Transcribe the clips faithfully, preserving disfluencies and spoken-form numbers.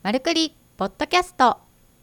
マルクリポッドキャスト。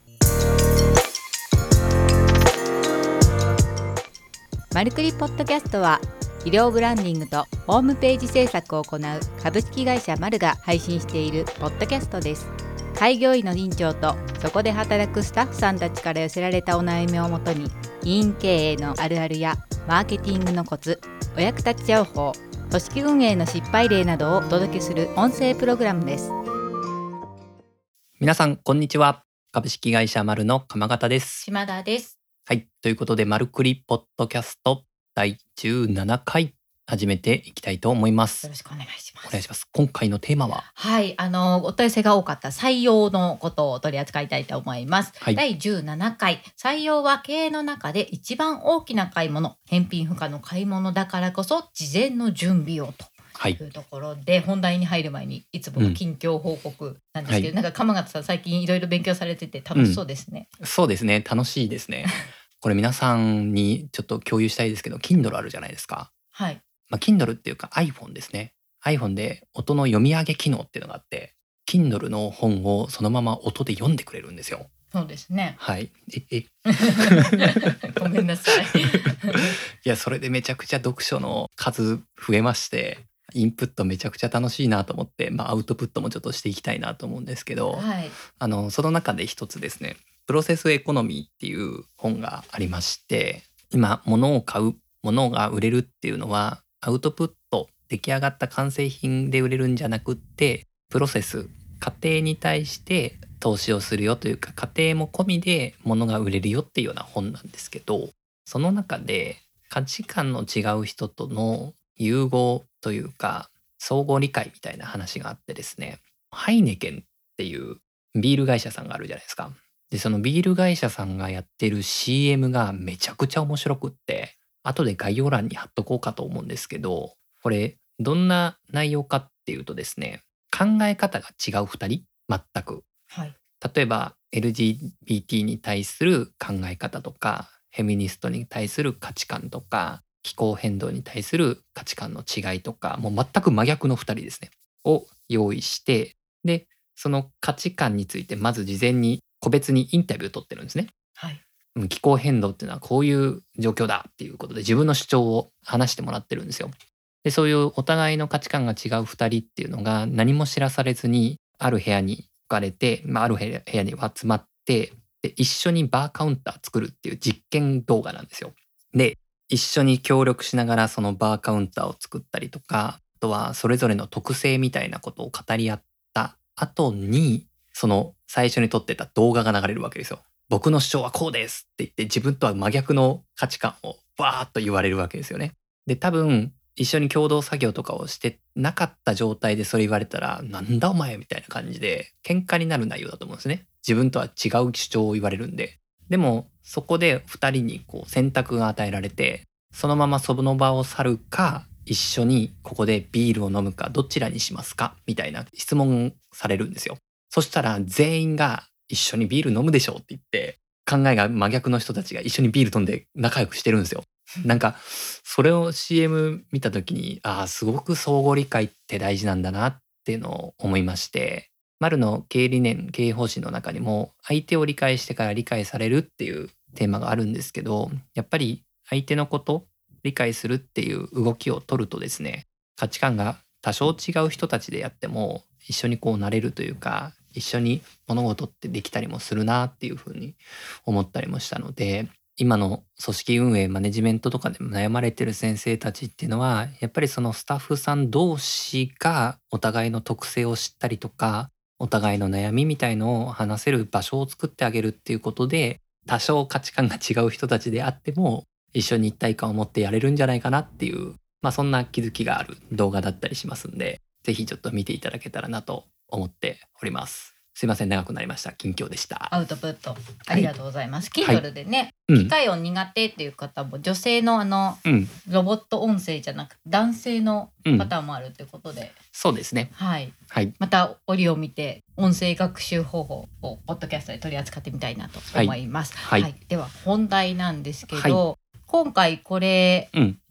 マルクリポッドキャストは医療ブランディングとホームページ制作を行う株式会社マルが配信しているポッドキャストです。開業医の院長とそこで働くスタッフさんたちから寄せられたお悩みをもとに、医院経営のあるあるやマーケティングのコツ、お役立ち情報、組織運営の失敗例などをお届けする音声プログラムです。 皆さんこんにちは。株式会社マルの鎌形です。 島田です。 はい、ということでマルクリポッドキャストだいじゅうななかい始めていきたいと思います。 よろしくお願いします。 お願いします。今回のテーマは、 はい、あのお問い合わせが多かった採用のことを取り扱いたいと思います。 はい、 だいじゅうななかい、採用は経営の中で一番大きな買い物、返品不可の買い物だからこそ事前の準備をとはい、 というところで、本題に入る前にいつもの近況報告なんですけど、 うんはい、 なんか鎌形さん最近いろいろ勉強されてて楽しそうですね。 うん、そうですね、楽しいですね。これ皆さんにちょっと共有したいですけど Kindle あるじゃないですか。 はい、 まあ、Kindle っていうか iPhone ですね。 iPhone で音の読み上げ機能っていうのがあって、 Kindle の本をそのまま音で読んでくれるんですよ。 そうですね。 はいええごめんなさい。 いや、それでめちゃくちゃ読書の数増えまして、インプットめちゃくちゃ楽しいなと思って、まあ、アウトプットもちょっとしていきたいなと思うんですけど、 はい、 あのその中で一つですね、プロセスエコノミーっていう本がありまして、今物を買う、物が売れるっていうのはアウトプット、出来上がった完成品で売れるんじゃなくって、プロセス、過程に対して投資をするよというか、過程も込みで物が売れるよっていうような本なんですけど、その中で価値観の違う人との融合というか相互理解みたいな話があってですね、ハイネケンっていうビール会社さんがあるじゃないですか。で、そのビール会社さんがやってる シーエム がめちゃくちゃ面白くって、後で概要欄に貼っとこうかと思うんですけど、これどんな内容かっていうとですね、考え方が違うふたり、全く、 はい、 例えば エルジービーティー に対する考え方とか、フェミニストに対する価値観とか、気候変動に対する価値観の違いとか、もう全く真逆のふたりですねを用意して、でその価値観についてまず事前に個別にインタビューを取ってるんですね。 はい、 気候変動っていうのはこういう状況だっていうことで自分の主張を話してもらってるんですよ。でそういうお互いの価値観が違うふたりっていうのが何も知らされずにある部屋に置かれて、まあ、ある部屋に集まって、で一緒にバーカウンター作るっていう実験動画なんですよ。で一緒に協力しながらそのバーカウンターを作ったりとか、あとはそれぞれの特性みたいなことを語り合った後に、その最初に撮ってた動画が流れるわけですよ。僕の主張はこうですって言って自分とは真逆の価値観をバーッと言われるわけですよね。で多分一緒に共同作業とかをしてなかった状態でそれ言われたら、なんだお前みたいな感じで喧嘩になる内容だと思うんですね。自分とは違う主張を言われるんで。でもそこでふたりにこう選択が与えられて、そのままその場を去るか、一緒にここでビールを飲むか、どちらにしますかみたいな質問されるんですよ。そしたら全員が一緒にビール飲むでしょうって言って、考えが真逆の人たちが一緒にビール飲んで仲良くしてるんですよ。なんかそれを シーエム 見た時に、ああすごく相互理解って大事なんだなっていうのを思いまして、マルの経営理念、経営方針の中にも相手を理解してから理解されるっていうテーマがあるんですけど、やっぱり相手のこと理解するっていう動きを取るとですね、価値観が多少違う人たちでやっても一緒にこうなれるというか、一緒に物事ってできたりもするなっていうふうに思ったりもしたので、今の組織運営マネジメントとかでも悩まれてる先生たちっていうのは、やっぱりそのスタッフさん同士がお互いの特性を知ったりとか、お互いの悩みみたいのを話せる場所を作ってあげるっていうことで、多少価値観が違う人たちであっても一緒に一体感を持ってやれるんじゃないかなっていう、まあそんな気づきがある動画だったりしますんで、ぜひちょっと見ていただけたらなと思っております。すいません、長くなりました。近況でした。 アウトプットありがとうございます。 はい Kindle でね、 うん機械音苦手っていう方も、女性のあのうんロボット音声じゃなく男性のうんパターンもあるってことで、 そうですね。 はい、 はいまた折を見て音声学習方法をポッドキャストで取り扱ってみたいなと思います。 はいはいでは本題なんですけど、今回これうん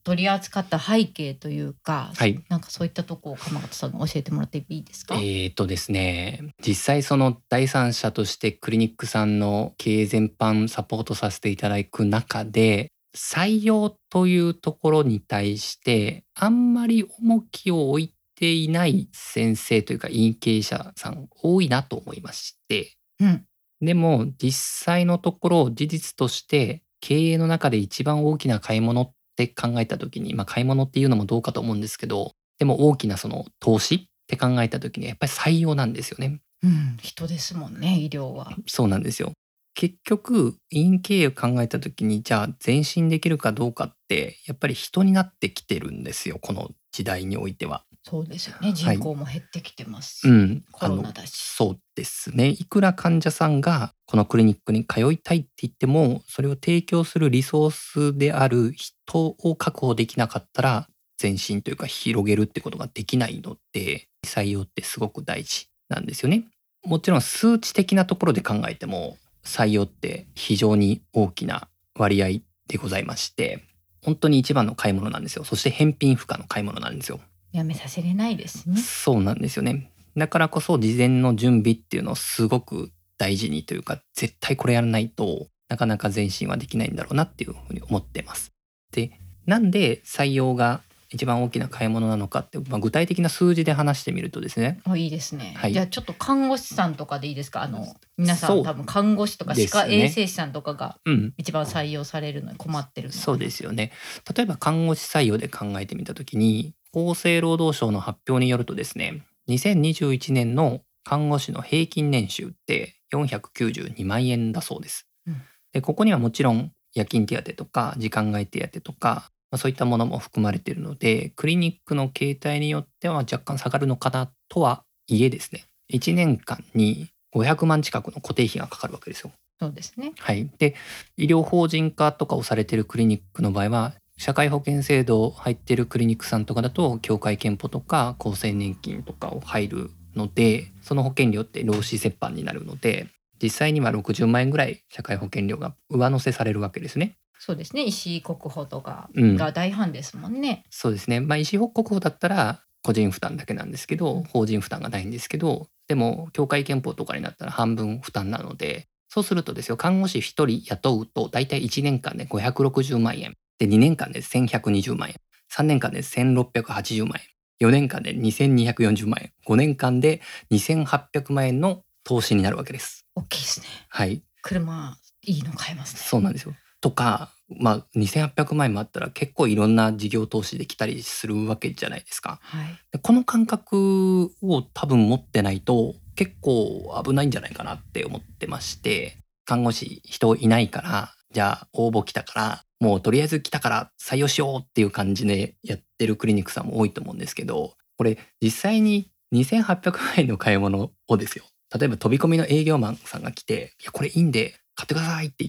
取り扱った背景というか、 はい、 なんかそういったとこを鎌形さんに教えてもらっていいですか？ えーとですね、実際その第三者としてクリニックさんの経営全般サポートさせていただく中で、採用というところに対してあんまり重きを置いていない先生というか院経営者さん多いなと思いまして、 うん。 でも実際のところ事実として経営の中で一番大きな買い物って考えた時に、まあ買い物っていうのもどうかと思うんですけど、でも大きなその投資って考えた時にやっぱり採用なんですよね。 うん、人ですもんね、医療は。 そうなんですよ。結局院経営を考えた時にじゃあ前進できるかどうかってやっぱり人になってきてるんですよ、この時代においては。 そうですよね。 はい。 人口も減ってきてますし、 うん、 コあの、 ロナだし。 そうですね。いくら患者さんがこのクリニックに通いたいって言っても、それを提供するリソースである人を確保できなかったら、前進というか広げるってことができないので、採用ってすごく大事なんですよね。もちろん数値的なところで考えても、採用って非常に大きな割合でございまして、本当に一番の買い物なんですよ。そして返品不可の買い物なんですよ。 やめさせれないですね。 そうなんですよね。だからこそ事前の準備っていうのをすごく大事にというか、絶対これやらないとなかなか前進はできないんだろうなっていうふうに思ってます。で、なんで採用が一番大きな買い物なのかって、まあ、具体的な数字で話してみるとですね。 あ、いいですね。 はい。 じゃあちょっと看護師さんとかでいいですか？あの皆さんそう多分看護師とか歯科ですね。 衛生士さんとかがうん。 一番採用されるのに困ってるのは。 そうですよね。例えば看護師採用で考えてみたときに、厚生労働省の発表によるとですね、にせんにじゅういちねんの看護師の平均年収ってよんひゃくきゅうじゅうにまんえんだそうです。 うん。 で、ここにはもちろん夜勤手当とか時間外手当とか、まあ、そういったものも含まれているので、クリニックの形態によっては若干下がるのかなとはいえですね、いちねんかんにごひゃくまん近くの固定費がかかるわけですよ。 そうですね。 はい。で、医療法人化とかをされているクリニックの場合は、社会保険制度入っているクリニックさんとかだと、協会健保とか厚生年金とかを入るので、その保険料って労使折半になるので、実際にはろくじゅうまんえんぐらい社会保険料が上乗せされるわけですね。 そうですね。医師国保とかうん。 が大半ですもんね。 そうですね。まあ、医師国保だったら個人負担だけなんですけど、 うん法人負担がないんですけど、でも、協会憲法とかになったら半分負担なので、そうするとですよ、看護師ひとり雇うと、だいたいいちねんかんでごひゃくろくじゅうまんえん。で、にねんかんでせんひゃくにじゅうまんえん。さんねんかんでせんろっぴゃくはちじゅうまんえん。よねんかんでにせんにひゃくよんじゅうまんえん。ごねんかんでにせんはっぴゃくまんえんの投資になるわけです。 大きいですね。 はい。 車いいの買えますね。 そうなんですよ。とか、まあ、にせんはっぴゃくまんえんもあったら結構いろんな事業投資できたりするわけじゃないですか。 はい。 でこの感覚を多分持ってないと結構危ないんじゃないかなって思ってまして、看護師人いないから、じゃあ応募来たから、もうとりあえず来たから採用しようっていう感じでやってるクリニックさんも多いと思うんですけど、これ実際ににせんはっぴゃくまんえんの買い物をですよ。例えば飛び込みの営業マンさんが来て、いやこれいいんで買ってくださいって言って、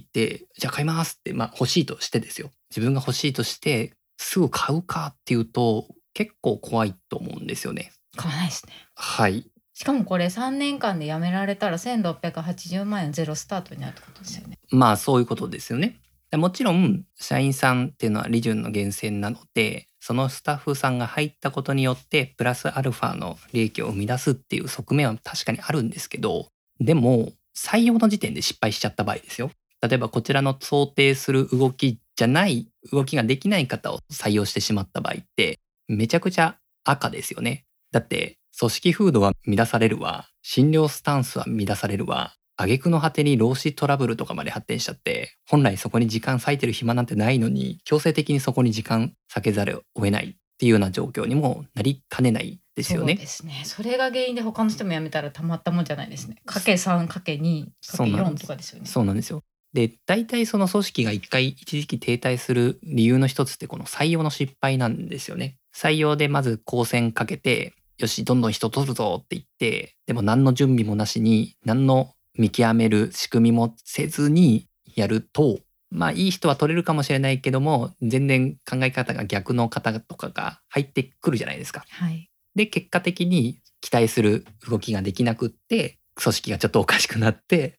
じゃあ買いますって、まあ欲しいとしてですよ。自分が欲しいとして、すぐ買うかっていうと、結構怖いと思うんですよね。 買わないですね。 はい。 しかもこれさんねんかんで辞められたらせんろっぴゃくはちじゅうまんえんゼロスタートになるってことですよね。 まあそういうことですよね。もちろん、社員さんっていうのは利潤の源泉なので、そのスタッフさんが入ったことによって、プラスアルファの利益を生み出すっていう側面は確かにあるんですけど、でも、採用の時点で失敗しちゃった場合ですよ。例えばこちらの想定する動きじゃない、動きができない方を採用してしまった場合って、めちゃくちゃ赤ですよね。だって、組織風土は乱されるわ、診療スタンスは乱されるわ、挙句の果てに労使トラブルとかまで発展しちゃって、本来そこに時間割いてる暇なんてないのに、強制的にそこに時間割けざるを得ないっていうような状況にもなりかねないですよね。 そうですね。それが原因で他の人も辞めたらたまったもんじゃないですね。かけさんかけにかけよんとかですよね。 そうなんですよ。で、大体その組織が一回一時期停滞する理由の一つってこの採用の失敗なんですよね。採用でまず高専かけて、よし、どんどん人取るぞって言って、でも何の準備もなしに、何の見極める仕組みもせずにやると、まあいい人は取れるかもしれないけども、全然考え方が逆の方とかが入ってくるじゃないですか。 はい。 で、結果的に期待する動きができなくって、組織がちょっとおかしくなって、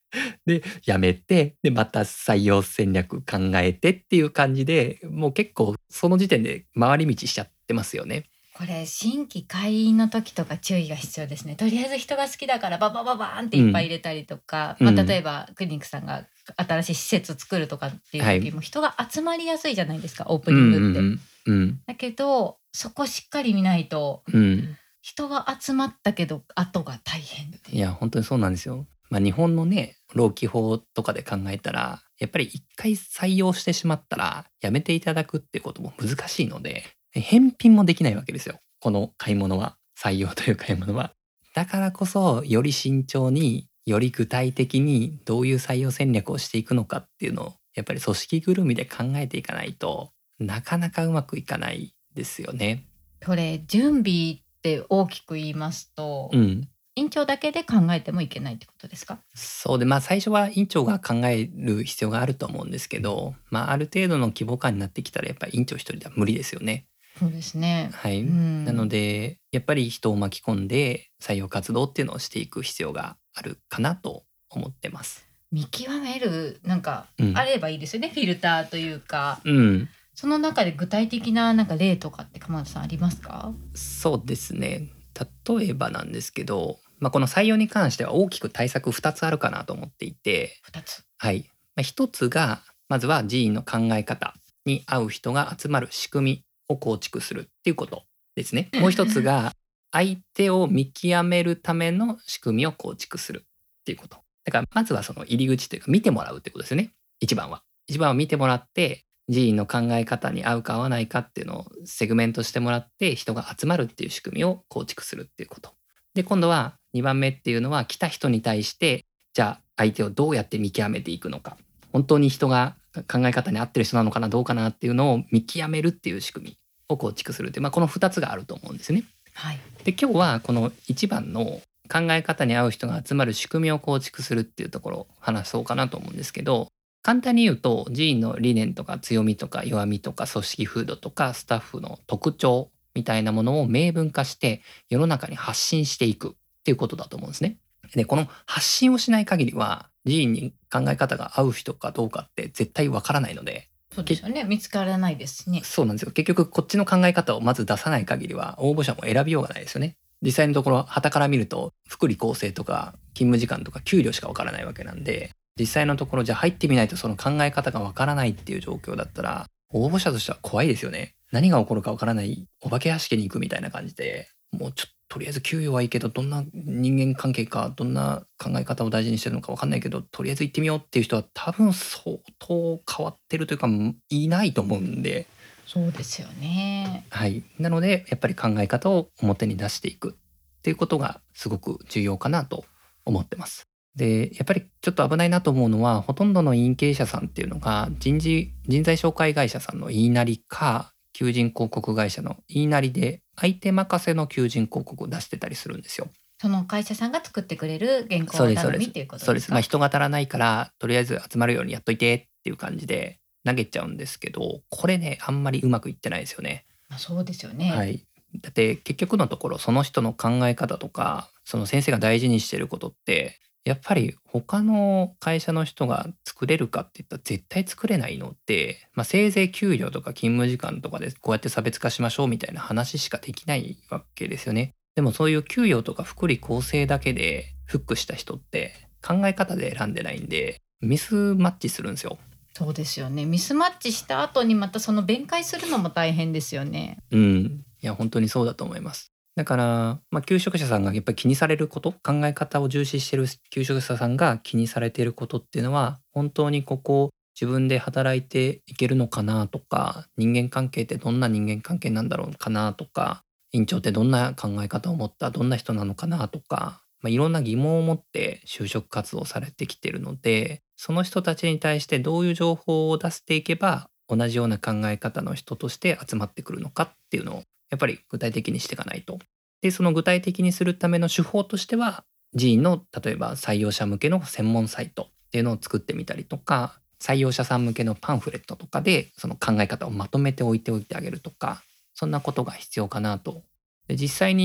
でやめて、でまた採用戦略考えてっていう感じで、もう結構その時点で回り道しちゃってますよね。 これ新規開院の時とか注意が必要ですね。とりあえず人が好きだからババババーンっていっぱい入れたりとか、まあ、 うんうん例えばクリニックさんが新しい施設を作るとかっていう時も人が集まりやすいじゃないですか、オープニングって。 うんうんうんだけどそこしっかり見ないと、 うん。 人は集まったけど後が大変っていう。 いや本当にそうなんですよ。まあ、日本のね労基法とかで考えたら、やっぱり一回採用してしまったらやめていただくってことも難しいので、返品もできないわけですよ、この買い物は。採用という買い物は。だからこそより慎重に、より具体的にどういう採用戦略をしていくのかっていうのを、やっぱり組織ぐるみで考えていかないとなかなかうまくいかないですよね。 これ準備って大きく言いますと、 うん、 院長だけで考えてもいけないってことですか？ そうで、まあ最初は院長が考える必要があると思うんですけど、まあある程度の規模感になってきたらやっぱり院長一人では無理ですよね。 そうですね。 はい。 うんなのでやっぱり人を巻き込んで採用活動っていうのをしていく必要があるかなと思ってます。 見極めるなんかうんあればいいですよね、フィルターというか。 うん、 その中で具体的ななんか例とかって鎌田さんありますか？ そうですね。例えばなんですけど、まあ、この採用に関しては大きく対策ふたつあるかなと思っていて、 ふたつ。 はい。まあ、ひとつがまずは人員の考え方に合う人が集まる仕組みを構築するっていうことですね。もう一つが相手を見極めるための仕組みを構築するっていうこと。だからまずはその入り口というか見てもらうってことですよね。一番は。一番は見てもらって、人員の考え方に合うか合わないかっていうのをセグメントしてもらって人が集まるっていう仕組みを構築するっていうこと。で、今度はにばんめっていうのは来た人に対してじゃあ相手をどうやって見極めていくのか。本当に人が考え方に合ってる人なのかなどうかなっていうのを見極めるっていう仕組みを構築するって、まあ、このふたつがあると思うんですね。 はい。 で今日はこのいちばんの考え方に合う人が集まる仕組みを構築するっていうところを話そうかなと思うんですけど、簡単に言うと人員の理念とか強みとか弱みとか組織風土とかスタッフの特徴みたいなものを明文化して世の中に発信していくっていうことだと思うんですね。でこの発信をしない限りは人員に考え方が合う人かどうかって絶対わからないので。 そうですよね。見つからないですね。 そうなんですよ。結局こっちの考え方をまず出さない限りは応募者も選びようがないですよね。実際のところ傍から見ると福利厚生とか勤務時間とか給料しかわからないわけなんで、実際のところじゃあ入ってみないとその考え方がわからないっていう状況だったら応募者としては怖いですよね。何が起こるかわからないお化け屋敷に行くみたいな感じで、もうちょっととりあえず給与はいいけどどんな人間関係かどんな考え方を大事にしてるのかわかんないけどとりあえず行ってみようっていう人は多分相当変わってるというかいないと思うんで。 そうですよね。 はい、なのでやっぱり考え方を表に出していくっていうことがすごく重要かなと思ってます。でやっぱりちょっと危ないなと思うのはほとんどの委員経営者さんっていうのが人事人材紹介会社さんの言いなりか求人広告会社の言いなりで相手任せの求人広告を出してたりするんですよ。 その会社さんが作ってくれる原稿そうですそうです頼みっていうことですか？ そうです。まあ人が足らないからとりあえず集まるようにやっといてっていう感じで投げちゃうんですけど、これねあんまりうまくいってないですよね。 まあ、そうですよね。 はい、だって結局のところその人の考え方とかその先生が大事にしてることってやっぱり他の会社の人が作れるかって言ったら絶対作れないので、まあ、せいぜい給料とか勤務時間とかでこうやって差別化しましょうみたいな話しかできないわけですよね。でもそういう給与とか福利厚生だけでフックした人って考え方で選んでないんでミスマッチするんですよ。 そうですよね。ミスマッチした後にまたその弁解するのも大変ですよね。 うん、いや本当にそうだと思います。だから、まあ、求職者さんがやっぱり気にされること、考え方を重視している求職者さんが気にされていることっていうのは本当にここ自分で働いていけるのかなとか、人間関係ってどんな人間関係なんだろうかなとか、院長ってどんな考え方を持ったどんな人なのかなとか、まあ、いろんな疑問を持って就職活動されてきているので、その人たちに対してどういう情報を出していけば同じような考え方の人として集まってくるのかっていうのをやっぱり具体的にしていかないと。でその具体的にするための手法としては人員の例えば採用者向けの専門サイトっていうのを作ってみたりとか、採用者さん向けのパンフレットとかでその考え方をまとめておいておいてあげるとか、そんなことが必要かなと。で実際に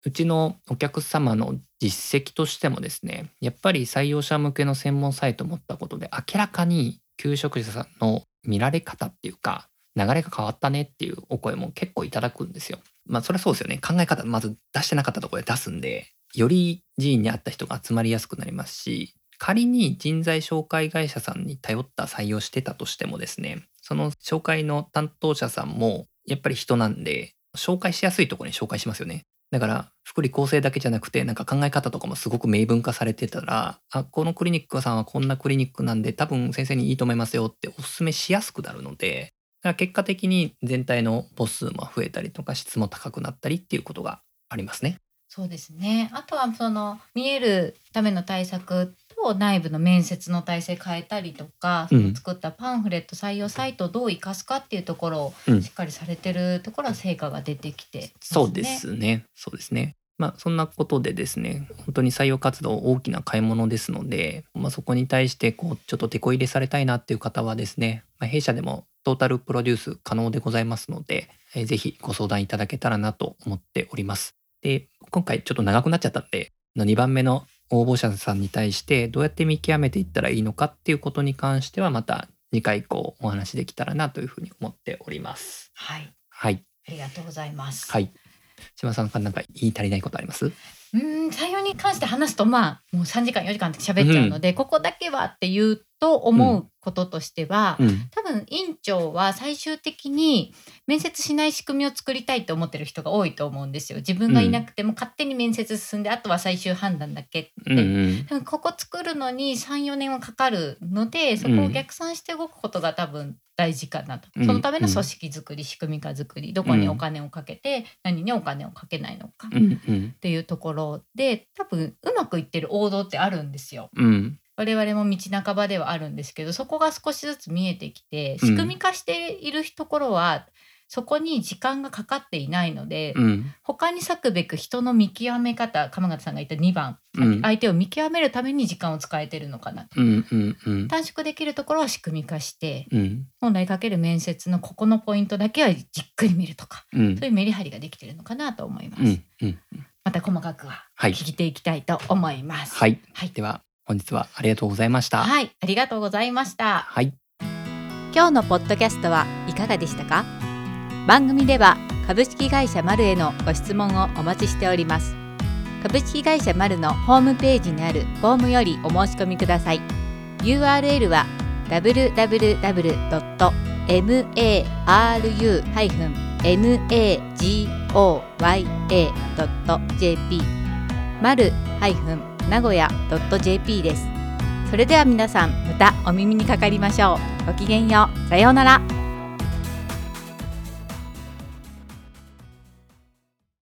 うちのお客様の実績としてもですね、やっぱり採用者向けの専門サイトを持ったことで明らかに求職者さんの見られ方っていうか流れが変わったねっていうお声も結構いただくんですよ。まあそれはそうですよね。考え方まず出してなかったところで出すんで、より人員に合った人が集まりやすくなりますし、仮に人材紹介会社さんに頼った採用してたとしてもですね、その紹介の担当者さんもやっぱり人なんで、紹介しやすいところに紹介しますよね。だから福利厚生だけじゃなくてなんか考え方とかもすごく明文化されてたら、あ、このクリニックさんはこんなクリニックなんで多分先生にいいと思いますよってお勧めしやすくなるので、だから結果的に全体の母数も増えたりとか質も高くなったりっていうことがありますね。 そうですね。あとはその見えるための対策と内部の面接の体制変えたりとか、 うんその作ったパンフレット採用サイトをどう生かすかっていうところをうんしっかりされてるところは成果が出てきてますね。 そうですね。そうですね。まあそんなことでですね、本当に採用活動大きな買い物ですので、まあ、そこに対してこうちょっと手こ入れされたいなっていう方はですね、まあ、弊社でもトータルプロデュース可能でございますので、えーぜひご相談いただけたらなと思っております。で、今回ちょっと長くなっちゃったんで、にばんめの応募者さんに対してどうやって見極めていったらいいのかっていうことに関してはまたにかい以降お話できたらなというふうに思っております。 はい、 はい。 ありがとうございます。 はい。島さんからなんか言い足りないことあります？ うーん採用に関して話すとまあもうさんじかんよじかんって喋っちゃうので、ここだけはっていうと思うこととしては、 うん。 多分院長は最終的に面接しない仕組みを作りたいと思ってる人が多いと思うんですよ。自分がいなくても勝手に面接進んで、あとは最終判断だけって、 うんうんでもここ作るのにさんよねんはかかるので、そこを逆算して動くことが多分大事かなと、 うんそのための組織作り、仕組み化作り、どこにお金をかけて、何にお金をかけないのかうんうんっていうところで、多分うまくいってる王道ってあるんですよ。 うん我々も道半ばではあるんですけど、そこが少しずつ見えてきて、 うん仕組み化しているところはそこに時間がかかっていないので、 うん他に割くべく人の見極め方、鎌形さんが言ったにばん、 うん相手を見極めるために時間を使えてるのかなと。 うんうんうん短縮できるところは仕組み化して、 うん本来かける面接のここのポイントだけはじっくり見るとか、 うんそういうメリハリができてるのかなと思います。 うんうんまた細かくははい聞いていきたいと思います。 はい。 はい、 では本日はありがとうございました。 はい、ありがとうございました。 はい。 今日のポッドキャストはいかがでしたか？番組では株式会社マルへのご質問をお待ちしております。株式会社マルのホームページにあるフォームよりお申し込みください。 ユーアールエル は ダブリューダブリューダブリュードットマルナゴヤドットジェーピー マル名古屋 .jp です。それでは皆さんまたお耳にかかりましょう。ごきげんよう。さようなら。